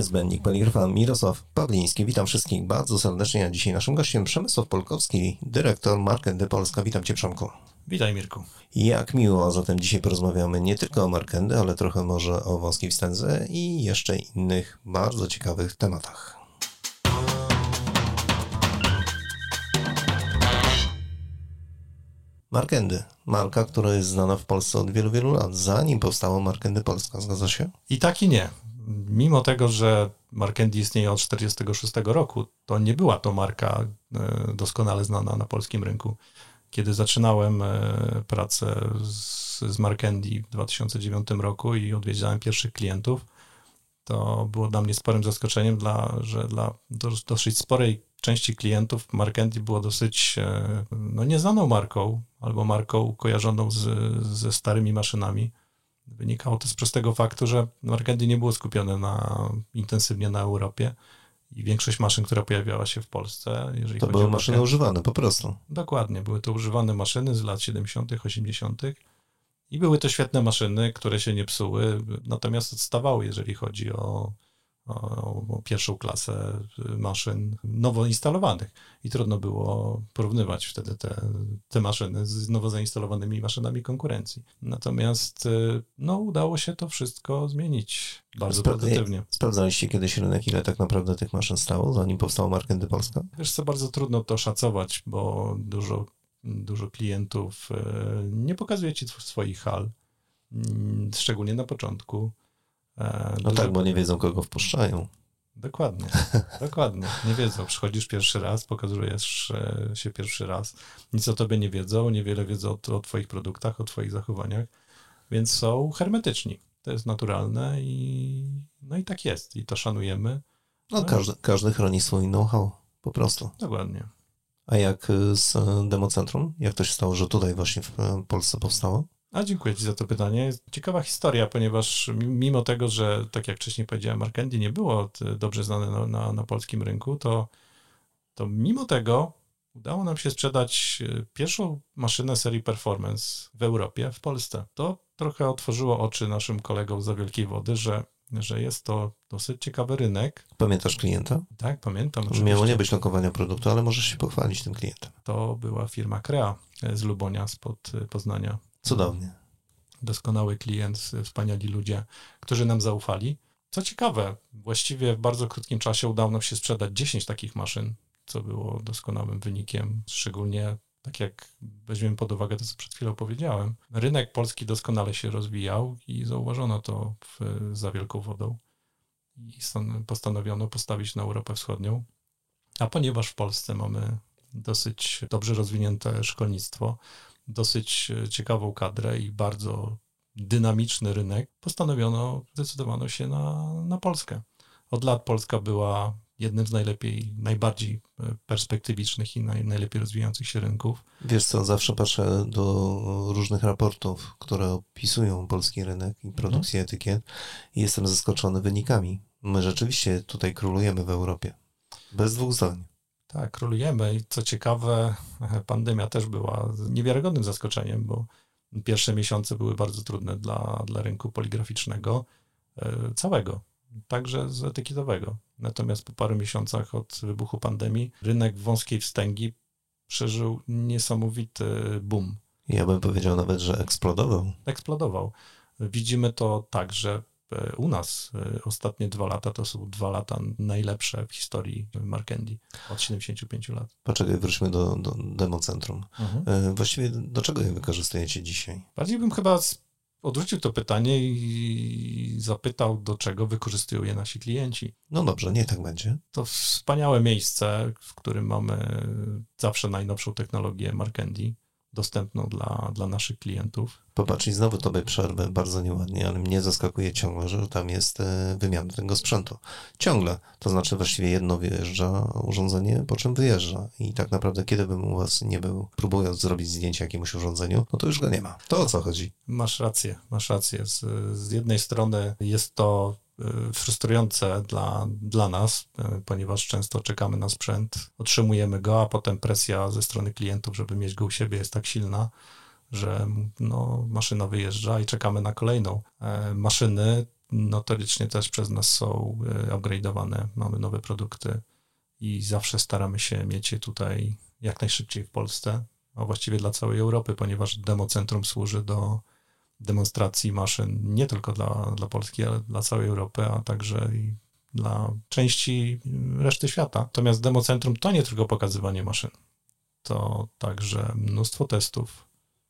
Niezbędnik Poligrafa Mirosław Pawliński. Witam wszystkich bardzo serdecznie, a dzisiaj naszym gościem Przemysław Polkowski, dyrektor Markendy Polska. Witam Cię, Przemku. Witaj, Mirku. Jak miło, a zatem dzisiaj porozmawiamy nie tylko o Markendy, ale trochę może o wąskiej wstędze i jeszcze innych bardzo ciekawych tematach. Markendy. Marka, która jest znana w Polsce od wielu, wielu lat. Zanim powstała Markendy Polska, zgadza się? I tak i nie. Mimo tego, że Markendy istnieje od 1946 roku, to nie była to marka doskonale znana na polskim rynku. Kiedy zaczynałem pracę z Markendy w 2009 roku i odwiedziłem pierwszych klientów, to było dla mnie sporym zaskoczeniem, że dla dosyć sporej części klientów Markendy było dosyć nieznaną marką albo marką kojarzoną ze starymi maszynami. Wynikało to z prostego faktu, że Markendy nie było skupione intensywnie na Europie i większość maszyn, która pojawiała się w Polsce, jeżeli to chodzi były o maszyny używane po prostu. Dokładnie, były to używane maszyny z lat 70., 80. i były to świetne maszyny, które się nie psuły, natomiast odstawały, jeżeli chodzi o pierwszą klasę maszyn nowo instalowanych i trudno było porównywać wtedy te maszyny z nowo zainstalowanymi maszynami konkurencji. Natomiast udało się to wszystko zmienić bardzo pozytywnie. Sprawdzaliście kiedyś rynek, ile tak naprawdę tych maszyn stało, zanim powstała Markendy Polska? Wiesz co, bardzo trudno to szacować, bo dużo klientów nie pokazuje ci swoich hal, szczególnie na początku. Tak, bo nie wiedzą, kogo wpuszczają. Dokładnie. Nie wiedzą. Przychodzisz pierwszy raz, pokazujesz się pierwszy raz. Nic o tobie nie wiedzą, niewiele wiedzą o twoich produktach, o twoich zachowaniach, więc są hermetyczni. To jest naturalne i tak jest. I to szanujemy. Każdy chroni swój know-how, po prostu. Dokładnie. A jak z Democentrum? Jak to się stało, że tutaj właśnie w Polsce powstało? Dziękuję Ci za to pytanie. Jest ciekawa historia, ponieważ mimo tego, że tak jak wcześniej powiedziałem, Markendy nie było dobrze znane na polskim rynku, to mimo tego udało nam się sprzedać pierwszą maszynę serii Performance w Europie, w Polsce. To trochę otworzyło oczy naszym kolegom za wielkiej wody, że jest to dosyć ciekawy rynek. Pamiętasz klienta? Tak, pamiętam. Oczywiście. Miało nie być lokowania produktu, ale możesz się pochwalić tym klientem. To była firma Krea z Lubonia, spod Poznania. Cudownie. Doskonały klient, wspaniali ludzie, którzy nam zaufali. Co ciekawe, właściwie w bardzo krótkim czasie udało nam się sprzedać 10 takich maszyn, co było doskonałym wynikiem, szczególnie tak jak weźmiemy pod uwagę to, co przed chwilą powiedziałem. Rynek polski doskonale się rozwijał i zauważono to za wielką wodą i postanowiono postawić na Europę Wschodnią. A ponieważ w Polsce mamy dosyć dobrze rozwinięte szkolnictwo, dosyć ciekawą kadrę i bardzo dynamiczny rynek, zdecydowano się na Polskę. Od lat Polska była jednym z najbardziej perspektywicznych i najlepiej rozwijających się rynków. Wiesz co, zawsze patrzę do różnych raportów, które opisują polski rynek i produkcję etykiet i jestem zaskoczony wynikami. My rzeczywiście tutaj królujemy w Europie. Bez dwóch zdań. Tak, królujemy i co ciekawe, pandemia też była niewiarygodnym zaskoczeniem, bo pierwsze miesiące były bardzo trudne dla rynku poligraficznego całego, także z etykietowego. Natomiast po paru miesiącach od wybuchu pandemii rynek wąskiej wstęgi przeżył niesamowity boom. Ja bym powiedział nawet, że eksplodował. Eksplodował. Widzimy to także u nas. Ostatnie 2 lata to są 2 lata najlepsze w historii Markendy od 75 lat. Poczekaj, wróćmy do Democentrum. Właściwie do czego je wykorzystujecie dzisiaj? Bardziej bym chyba odwrócił to pytanie i zapytał, do czego wykorzystują je nasi klienci. No dobrze, niech tak będzie. To wspaniałe miejsce, w którym mamy zawsze najnowszą technologię Markendy, dostępną dla naszych klientów. Popatrz, i znowu tobie przerwę bardzo nieładnie, ale mnie zaskakuje ciągle, że tam jest wymiana tego sprzętu. Ciągle. To znaczy właściwie jedno wyjeżdża urządzenie, po czym wyjeżdża. I tak naprawdę, kiedy bym u was nie był, próbując zrobić zdjęcie jakiemuś urządzeniu, no to już go nie ma. To o co chodzi? Masz rację. Z jednej strony jest to frustrujące dla nas, ponieważ często czekamy na sprzęt, otrzymujemy go, a potem presja ze strony klientów, żeby mieć go u siebie, jest tak silna, że maszyna wyjeżdża i czekamy na kolejną. Maszyny notorycznie też przez nas są upgrade'owane, mamy nowe produkty i zawsze staramy się mieć je tutaj jak najszybciej w Polsce, a właściwie dla całej Europy, ponieważ democentrum służy do demonstracji maszyn nie tylko dla Polski, ale dla całej Europy, a także i dla części reszty świata. Natomiast democentrum to nie tylko pokazywanie maszyn, to także mnóstwo testów.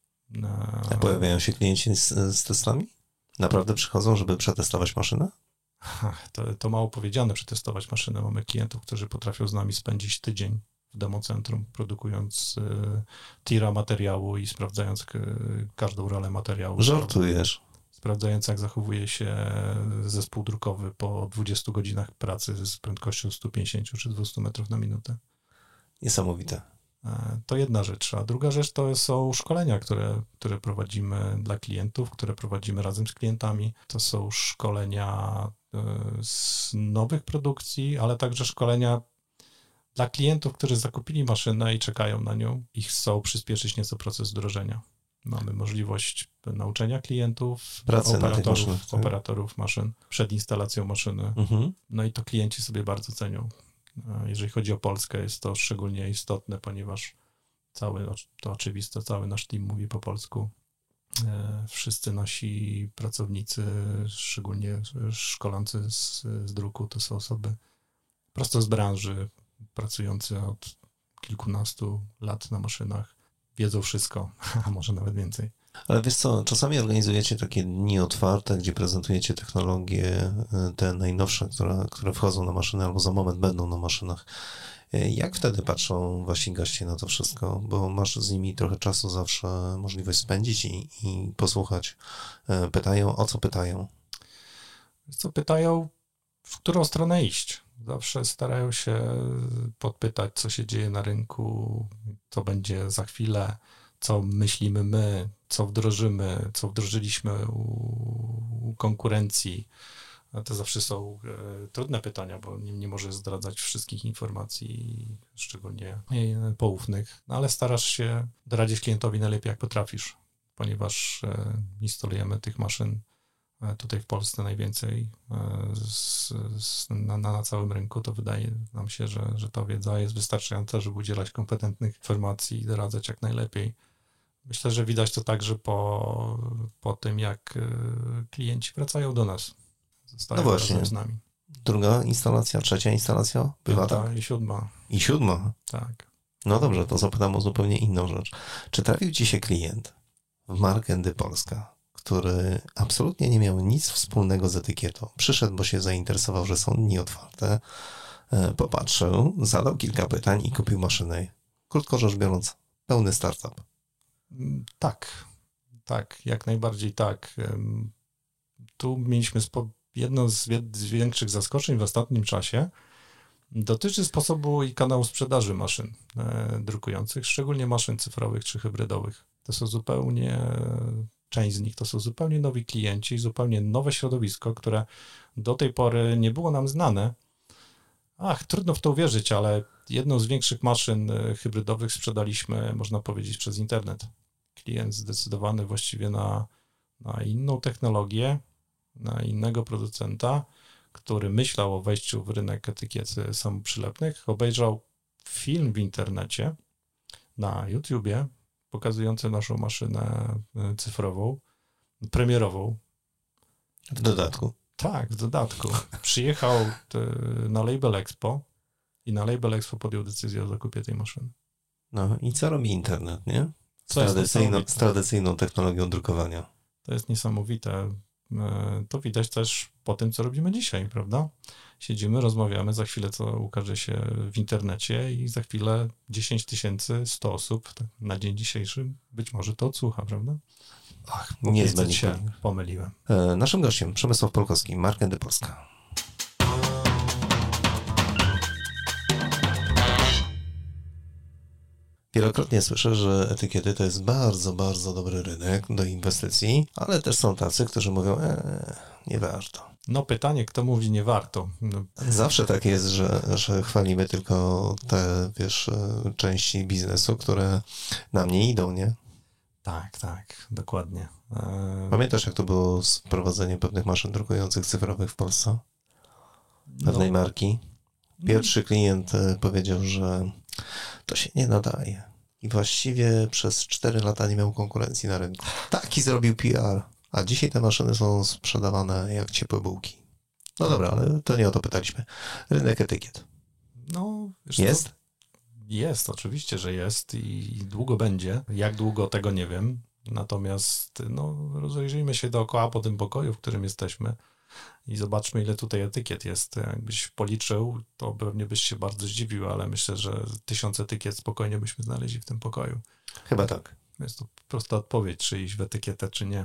A pojawiają się klienci z testami? Naprawdę przychodzą, żeby przetestować maszynę? To mało powiedziane, przetestować maszynę. Mamy klientów, którzy potrafią z nami spędzić tydzień w democentrum, produkując tira materiału i sprawdzając każdą rolę materiału. Żartujesz. Sprawdzając, jak zachowuje się zespół drukowy po 20 godzinach pracy z prędkością 150 czy 200 metrów na minutę. Niesamowite. To jedna rzecz. A druga rzecz to są szkolenia, które prowadzimy dla klientów, które prowadzimy razem z klientami. To są szkolenia z nowych produkcji, ale także szkolenia dla klientów, którzy zakupili maszynę i czekają na nią i chcą przyspieszyć nieco proces wdrożenia. Mamy możliwość nauczenia klientów, operatorów maszyn przed instalacją maszyny. No i to klienci sobie bardzo cenią. Jeżeli chodzi o Polskę, jest to szczególnie istotne, ponieważ to oczywiste, cały nasz team mówi po polsku. Wszyscy nasi pracownicy, szczególnie szkolący z druku, to są osoby prosto z branży, pracujące od kilkunastu lat na maszynach. Wiedzą wszystko, a może nawet więcej. Ale wiesz co, czasami organizujecie takie dni otwarte, gdzie prezentujecie technologie, te najnowsze, które wchodzą na maszyny albo za moment będą na maszynach. Jak wtedy patrzą wasi goście na to wszystko? Bo masz z nimi trochę czasu zawsze możliwość spędzić i posłuchać. Pytają, o co pytają? Co pytają, w którą stronę iść. Zawsze starają się podpytać, co się dzieje na rynku, co będzie za chwilę, co myślimy my, co wdrożymy, co wdrożyliśmy u konkurencji. To zawsze są trudne pytania, bo nie możesz zdradzać wszystkich informacji, szczególnie poufnych, no ale starasz się doradzić klientowi najlepiej, jak potrafisz, ponieważ instalujemy tych maszyn tutaj w Polsce najwięcej na całym rynku, to wydaje nam się, że ta wiedza jest wystarczająca, żeby udzielać kompetentnych informacji i doradzać jak najlepiej. Myślę, że widać to także po tym, jak klienci wracają do nas. Zostają razem z nami. Druga instalacja, trzecia instalacja? Bywa tak? I siódma. I siódma? Tak. No dobrze, to zapytam o zupełnie inną rzecz. Czy trafił ci się klient w Markendy Polska, który absolutnie nie miał nic wspólnego z etykietą? Przyszedł, bo się zainteresował, że są dni otwarte, popatrzył, zadał kilka pytań i kupił maszynę. Krótko rzecz biorąc, pełny startup. Tak, jak najbardziej tak. Tu mieliśmy jedno z większych zaskoczeń w ostatnim czasie. Dotyczy sposobu i kanału sprzedaży maszyn drukujących, szczególnie maszyn cyfrowych czy hybrydowych. Część z nich to są zupełnie nowi klienci, zupełnie nowe środowisko, które do tej pory nie było nam znane. Trudno w to uwierzyć, ale jedną z większych maszyn hybrydowych sprzedaliśmy, można powiedzieć, przez internet. Klient zdecydowany właściwie na inną technologię, na innego producenta, który myślał o wejściu w rynek etykiet samoprzylepnych, obejrzał film w internecie, na YouTubie, pokazujący naszą maszynę cyfrową, premierową. W dodatku. Tak, w dodatku. Przyjechał na Label Expo i na Label Expo podjął decyzję o zakupie tej maszyny. No i co robi internet, nie? Z tradycyjną technologią drukowania. To jest niesamowite. To widać też po tym, co robimy dzisiaj, prawda? Siedzimy, rozmawiamy, za chwilę to ukaże się w internecie i za chwilę 10 100 osób na dzień dzisiejszy być może to odsłucha, prawda? Niezbędnie się pomyliłem. Naszym gościem Przemysław Polkowski, Markendy Polska. Wielokrotnie słyszę, że etykiety to jest bardzo, bardzo dobry rynek do inwestycji, ale też są tacy, którzy mówią, nie warto. No pytanie, kto mówi nie warto? No. Zawsze tak jest, że chwalimy tylko te, części biznesu, które nam nie idą, nie? Tak, dokładnie. Pamiętasz, jak to było z prowadzeniem pewnych maszyn drukujących cyfrowych w Polsce? Pewnej marki? Pierwszy klient powiedział, że to się nie nadaje. I właściwie przez 4 lata nie miał konkurencji na rynku. Taki zrobił PR. A dzisiaj te maszyny są sprzedawane jak ciepłe bułki. No dobra, ale to nie o to pytaliśmy. Rynek etykiet. No, wiesz jest? Co? Jest, oczywiście, że jest i długo będzie. Jak długo, tego nie wiem. Natomiast rozejrzyjmy się dookoła po tym pokoju, w którym jesteśmy i zobaczmy, ile tutaj etykiet jest. Jakbyś policzył, to pewnie byś się bardzo zdziwił, ale myślę, że 1000 etykiet spokojnie byśmy znaleźli w tym pokoju. Chyba tak. Jest to prosta odpowiedź, czy iść w etykietę, czy nie.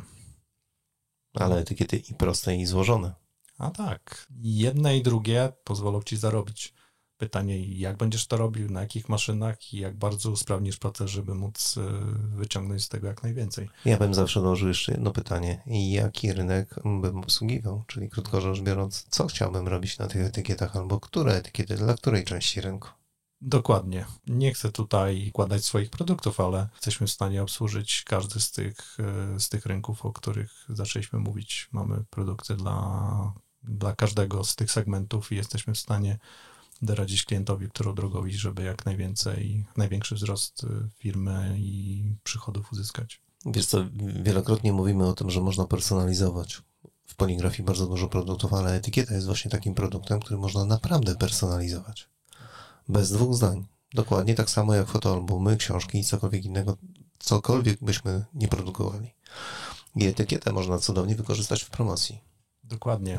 Ale etykiety i proste, i złożone. A tak. Jedne i drugie pozwolą ci zarobić. Pytanie, jak będziesz to robił, na jakich maszynach i jak bardzo usprawnisz proces, żeby móc wyciągnąć z tego jak najwięcej. Ja bym zawsze dołożył jeszcze jedno pytanie. Jaki rynek bym obsługiwał? Czyli krótko rzecz biorąc, co chciałbym robić na tych etykietach, albo które etykiety, dla której części rynku? Dokładnie. Nie chcę tutaj kładać swoich produktów, ale jesteśmy w stanie obsłużyć każdy z tych rynków, o których zaczęliśmy mówić. Mamy produkty dla każdego z tych segmentów i jesteśmy w stanie doradzić klientowi, którą drogą iść, żeby jak największy wzrost firmy i przychodów uzyskać. Wiesz co, wielokrotnie mówimy o tym, że można personalizować w poligrafii bardzo dużo produktów, ale etykieta jest właśnie takim produktem, który można naprawdę personalizować. Bez 2 zdań. Dokładnie tak samo jak fotoalbumy, książki i cokolwiek innego, cokolwiek byśmy nie produkowali. I etykietę można cudownie wykorzystać w promocji. Dokładnie.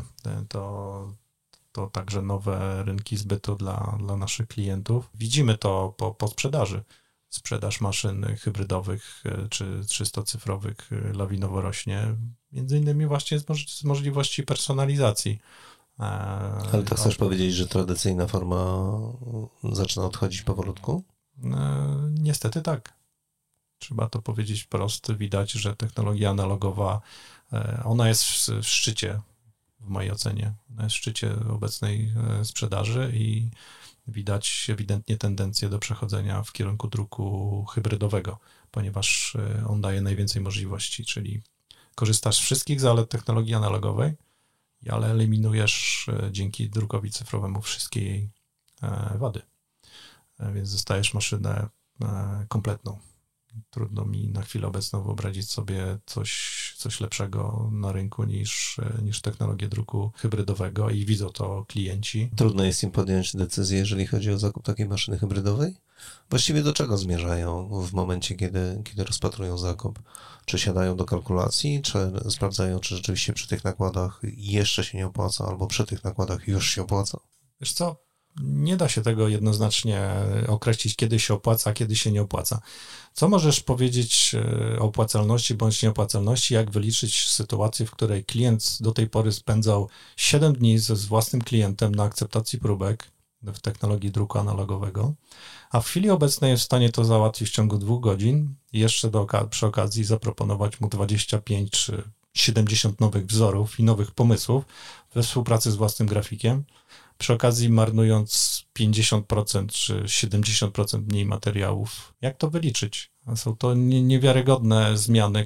To także nowe rynki zbytu dla naszych klientów. Widzimy to po sprzedaży. Sprzedaż maszyn hybrydowych czy 300-cyfrowych lawinowo rośnie. Między innymi właśnie z możliwości personalizacji. Ale to chcesz powiedzieć, że tradycyjna forma zaczyna odchodzić powolutku? Niestety tak. Trzeba to powiedzieć wprost. Widać, że technologia analogowa, ona jest w szczycie, w mojej ocenie. Ona jest w szczycie obecnej sprzedaży i widać ewidentnie tendencję do przechodzenia w kierunku druku hybrydowego, ponieważ on daje najwięcej możliwości, czyli korzystasz z wszystkich zalet technologii analogowej, ale eliminujesz dzięki drukowi cyfrowemu wszystkie jej wady. Więc dostajesz maszynę kompletną. Trudno mi na chwilę obecną wyobrazić sobie coś lepszego na rynku niż technologię druku hybrydowego i widzą to klienci. Trudno jest im podjąć decyzję, jeżeli chodzi o zakup takiej maszyny hybrydowej? Właściwie do czego zmierzają w momencie, kiedy rozpatrują zakup? Czy siadają do kalkulacji, czy sprawdzają, czy rzeczywiście przy tych nakładach jeszcze się nie opłaca, albo przy tych nakładach już się opłaca? Wiesz co? Nie da się tego jednoznacznie określić, kiedy się opłaca, a kiedy się nie opłaca. Co możesz powiedzieć o opłacalności bądź nieopłacalności, jak wyliczyć sytuację, w której klient do tej pory spędzał 7 dni z własnym klientem na akceptacji próbek w technologii druku analogowego, a w chwili obecnej jest w stanie to załatwić w ciągu 2 godzin i jeszcze przy okazji zaproponować mu 25 czy 70 nowych wzorów i nowych pomysłów we współpracy z własnym grafikiem, przy okazji marnując 50% czy 70% mniej materiałów. Jak to wyliczyć? Są to niewiarygodne zmiany,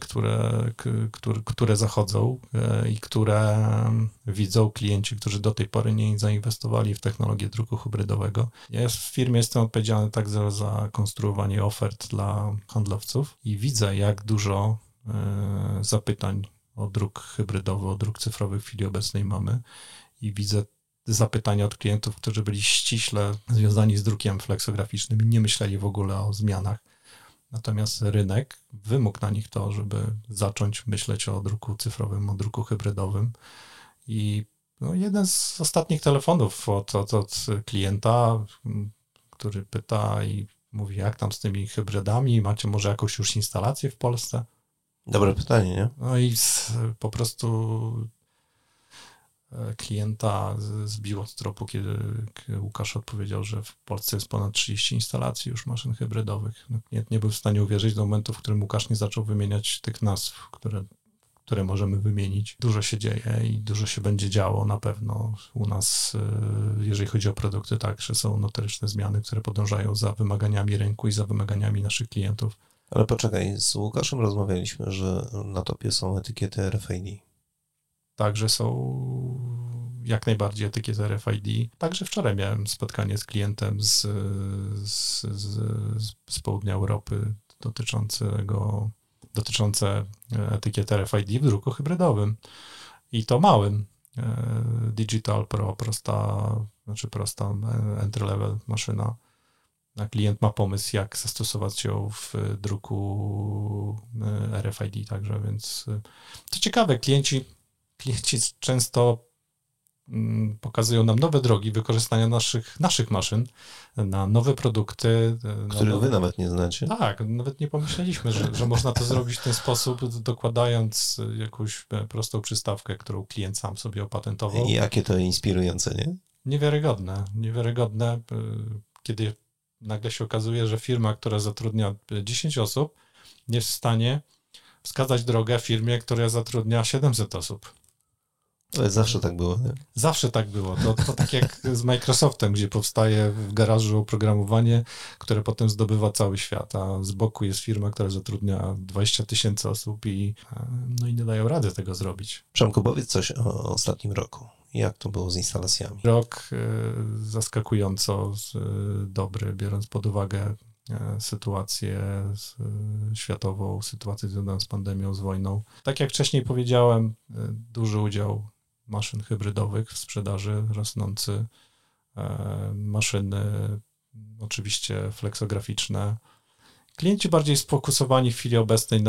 które zachodzą i które widzą klienci, którzy do tej pory nie zainwestowali w technologię druku hybrydowego. Ja w firmie jestem odpowiedzialny także za konstruowanie ofert dla handlowców i widzę, jak dużo zapytań o druk hybrydowy, o druk cyfrowy w chwili obecnej mamy i widzę zapytania od klientów, którzy byli ściśle związani z drukiem fleksograficznym i nie myśleli w ogóle o zmianach. Natomiast rynek wymógł na nich to, żeby zacząć myśleć o druku cyfrowym, o druku hybrydowym. I jeden z ostatnich telefonów od klienta, który pyta i mówi, jak tam z tymi hybrydami, macie może jakąś już instalację w Polsce? Dobre pytanie, nie? No i po prostu klienta zbiło z tropu, kiedy Łukasz odpowiedział, że w Polsce jest ponad 30 instalacji już maszyn hybrydowych. Klient nie był w stanie uwierzyć do momentu, w którym Łukasz nie zaczął wymieniać tych nazw, które możemy wymienić. Dużo się dzieje i dużo się będzie działo na pewno u nas, jeżeli chodzi o produkty, także są notoryczne zmiany, które podążają za wymaganiami rynku i za wymaganiami naszych klientów. Ale poczekaj, z Łukaszem rozmawialiśmy, że na topie są etykiety RFID. Także są jak najbardziej etykiety RFID. Także wczoraj miałem spotkanie z klientem z południa Europy dotyczące etykiety RFID w druku hybrydowym. I to małym. Digital Pro, prosta entry-level maszyna. A klient ma pomysł, jak zastosować ją w druku RFID, także więc co ciekawe, klienci często pokazują nam nowe drogi wykorzystania naszych maszyn na nowe produkty. Których wy nawet nie znacie. Tak, nawet nie pomyśleliśmy, że można to zrobić w ten sposób, dokładając jakąś prostą przystawkę, którą klient sam sobie opatentował. I jakie to inspirujące, nie? Niewiarygodne, kiedy nagle się okazuje, że firma, która zatrudnia 10 osób, jest w stanie wskazać drogę firmie, która zatrudnia 700 osób. Ale zawsze tak było, nie? Zawsze tak było. To tak jak z Microsoftem, gdzie powstaje w garażu oprogramowanie, które potem zdobywa cały świat, a z boku jest firma, która zatrudnia 20 000 osób i nie dają rady tego zrobić. Przemku, powiedz coś o ostatnim roku. Jak to było z instalacjami? Rok zaskakująco dobry, biorąc pod uwagę sytuację światową, sytuację związaną z pandemią, z wojną. Tak jak wcześniej powiedziałem, duży udział maszyn hybrydowych w sprzedaży, rosnący, maszyny oczywiście fleksograficzne. Klienci bardziej sfokusowani w chwili obecnej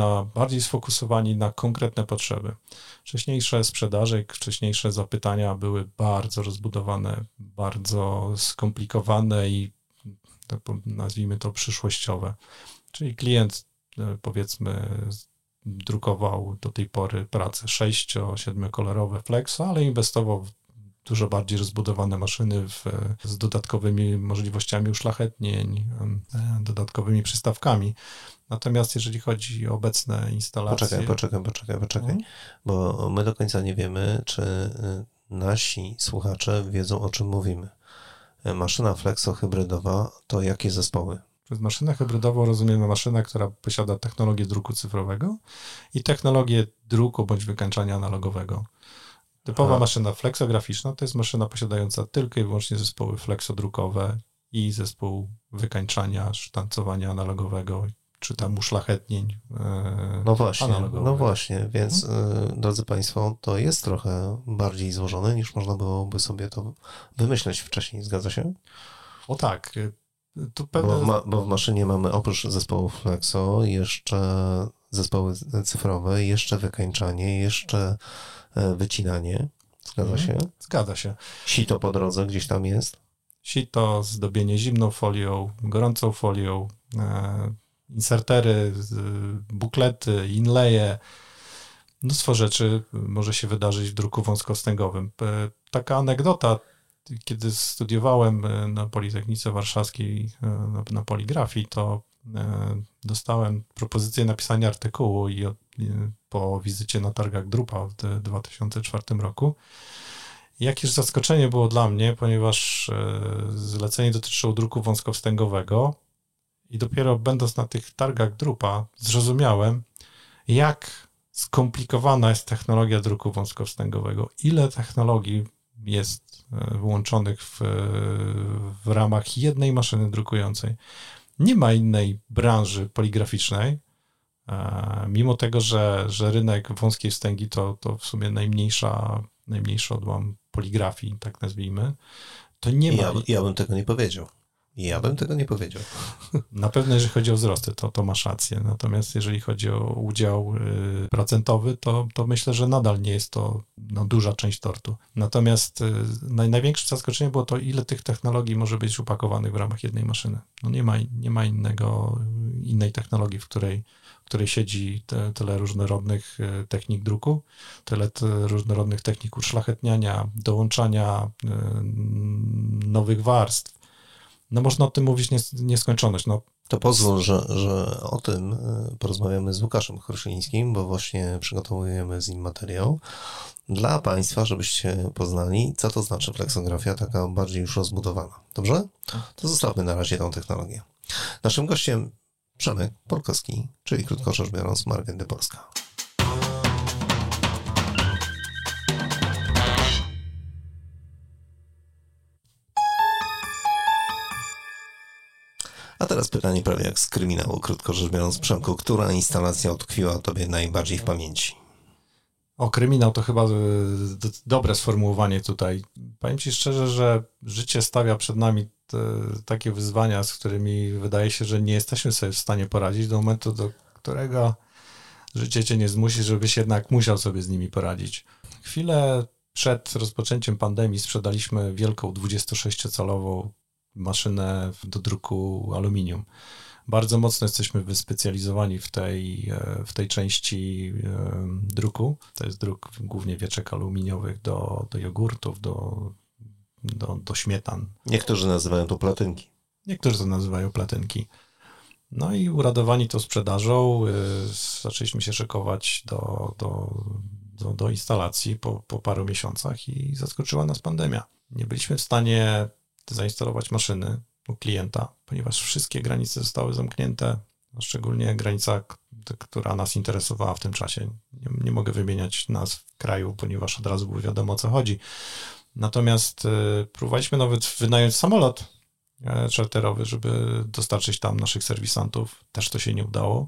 na konkretne potrzeby. Wcześniejsze sprzedaże, wcześniejsze zapytania były bardzo rozbudowane, bardzo skomplikowane i nazwijmy to przyszłościowe. Czyli klient, powiedzmy, drukował do tej pory prace 6-7 kolorowe flexo, ale inwestował w dużo bardziej rozbudowane maszyny z dodatkowymi możliwościami uszlachetnień, dodatkowymi przystawkami. Natomiast jeżeli chodzi o obecne instalacje... Poczekaj, bo my do końca nie wiemy, czy nasi słuchacze wiedzą, o czym mówimy. Maszyna flexo hybrydowa to jakie zespoły? Przez maszynę hybrydową rozumiemy maszynę, która posiada technologię druku cyfrowego i technologię druku bądź wykańczania analogowego. Typowa maszyna fleksograficzna to jest maszyna posiadająca tylko i wyłącznie zespoły fleksodrukowe i zespół wykańczania, sztancowania analogowego, czy tam uszlachetnień analogowych. No właśnie, więc drodzy Państwo, to jest trochę bardziej złożone, niż można byłoby sobie to wymyśleć wcześniej, zgadza się? O tak. Bo w maszynie mamy oprócz zespołów flexo jeszcze zespoły cyfrowe, jeszcze wykańczanie, jeszcze wycinanie. Zgadza się? Zgadza się. Sito po drodze gdzieś tam jest? Sito, zdobienie zimną folią, gorącą folią, insertery, buklety, inlaye. Mnóstwo rzeczy może się wydarzyć w druku wąskowstęgowym. Taka anegdota, kiedy studiowałem na Politechnice Warszawskiej na poligrafii, to dostałem propozycję napisania artykułu i po wizycie na targach Drupa w 2004 roku. Jakież zaskoczenie było dla mnie, ponieważ zlecenie dotyczyło druku wąskowstęgowego i dopiero będąc na tych targach Drupa zrozumiałem, jak skomplikowana jest technologia druku wąskowstęgowego. Ile technologii jest włączonych w ramach jednej maszyny drukującej. Nie ma innej branży poligraficznej, mimo tego, że rynek wąskiej wstęgi to w sumie najmniejszy odłam poligrafii, tak nazwijmy, to nie ma... Ja bym tego nie powiedział. Na pewno jeżeli chodzi o wzrosty, to masz rację. Natomiast jeżeli chodzi o udział procentowy, to myślę, że nadal nie jest to duża część tortu. Natomiast największe zaskoczenie było to, ile tych technologii może być upakowanych w ramach jednej maszyny. Nie ma innej technologii, w której siedzi tyle różnorodnych technik druku, tyle różnorodnych technik uszlachetniania, dołączania nowych warstw. Można o tym mówić nieskończoność. To pozwól, że o tym porozmawiamy z Łukaszem Chruszyńskim, bo właśnie przygotowujemy z nim materiał dla Państwa, żebyście poznali, co to znaczy fleksografia taka bardziej już rozbudowana. Dobrze? To zostawmy na razie tą technologię. Naszym gościem Przemek Polkowski, czyli krótko rzecz biorąc Markendy Polska. A teraz pytanie prawie jak z kryminału, krótko rzecz biorąc, Przemku, która instalacja utkwiła tobie najbardziej w pamięci? O, kryminał to chyba dobre sformułowanie tutaj. Powiem ci szczerze, że życie stawia przed nami takie wyzwania, z którymi wydaje się, że nie jesteśmy sobie w stanie poradzić do momentu, do którego życie cię nie zmusi, żebyś jednak musiał sobie z nimi poradzić. Chwilę przed rozpoczęciem pandemii sprzedaliśmy wielką 26-calową maszynę do druku aluminium. Bardzo mocno jesteśmy wyspecjalizowani w tej części druku. To jest druk głównie wieczek aluminiowych do jogurtów, do śmietan. Niektórzy nazywają to platynki. Niektórzy to nazywają platynki. No i uradowani tą sprzedażą zaczęliśmy się szykować do instalacji po paru miesiącach i zaskoczyła nas pandemia. Nie byliśmy w stanie zainstalować maszyny u klienta, ponieważ wszystkie granice zostały zamknięte, szczególnie granica, która nas interesowała w tym czasie. Nie mogę wymieniać nazw kraju, ponieważ od razu było wiadomo, o co chodzi. Natomiast próbowaliśmy nawet wynająć samolot czarterowy, żeby dostarczyć tam naszych serwisantów. Też to się nie udało.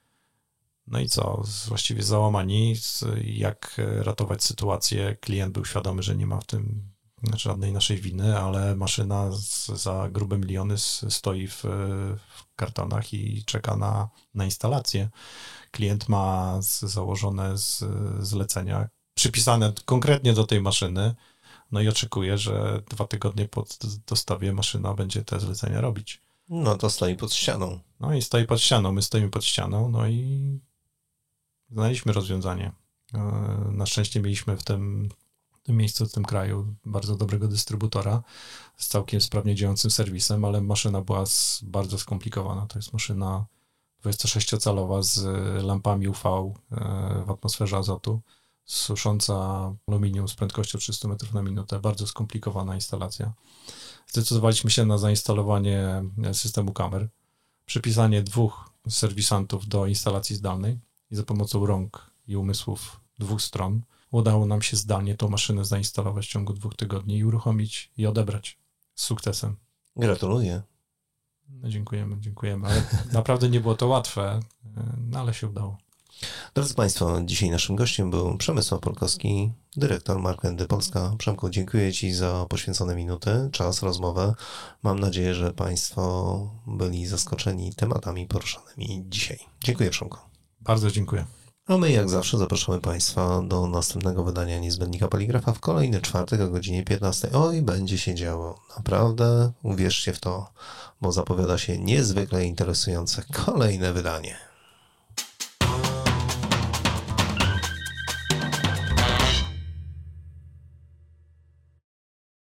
No i co? Właściwie załamani, jak ratować sytuację. Klient był świadomy, że nie ma w tym żadnej naszej winy, ale maszyna za grube miliony stoi w kartonach i czeka na instalację. Klient ma założone zlecenia przypisane konkretnie do tej maszyny, no i oczekuje, że 2 tygodnie po dostawie maszyna będzie te zlecenia robić. No to stoi pod ścianą. No i stoi pod ścianą, my stoimy pod ścianą, no i znaleźliśmy rozwiązanie. Na szczęście mieliśmy w tym miejscu, w tym kraju bardzo dobrego dystrybutora z całkiem sprawnie działającym serwisem, ale maszyna była bardzo skomplikowana. To jest maszyna 26-calowa z lampami UV w atmosferze azotu, susząca aluminium z prędkością 300 metrów na minutę. Bardzo skomplikowana instalacja. Zdecydowaliśmy się na zainstalowanie systemu kamer, przypisanie 2 serwisantów do instalacji zdalnej i za pomocą rąk i umysłów 2 stron udało nam się zdalnie tą maszynę zainstalować w ciągu 2 tygodni i uruchomić i odebrać z sukcesem. Gratuluję. No, dziękujemy, ale naprawdę nie było to łatwe, no ale się udało. Drodzy Państwo, dzisiaj naszym gościem był Przemysław Polkowski, dyrektor Markendy Polska. Przemku, dziękuję Ci za poświęcone minuty, czas, rozmowę. Mam nadzieję, że Państwo byli zaskoczeni tematami poruszanymi dzisiaj. Dziękuję, Przemku. Bardzo dziękuję. A my jak zawsze zapraszamy Państwa do następnego wydania Niezbędnika Poligrafa w kolejny czwartek o godzinie 15. Oj, będzie się działo. Naprawdę, uwierzcie w to, bo zapowiada się niezwykle interesujące kolejne wydanie.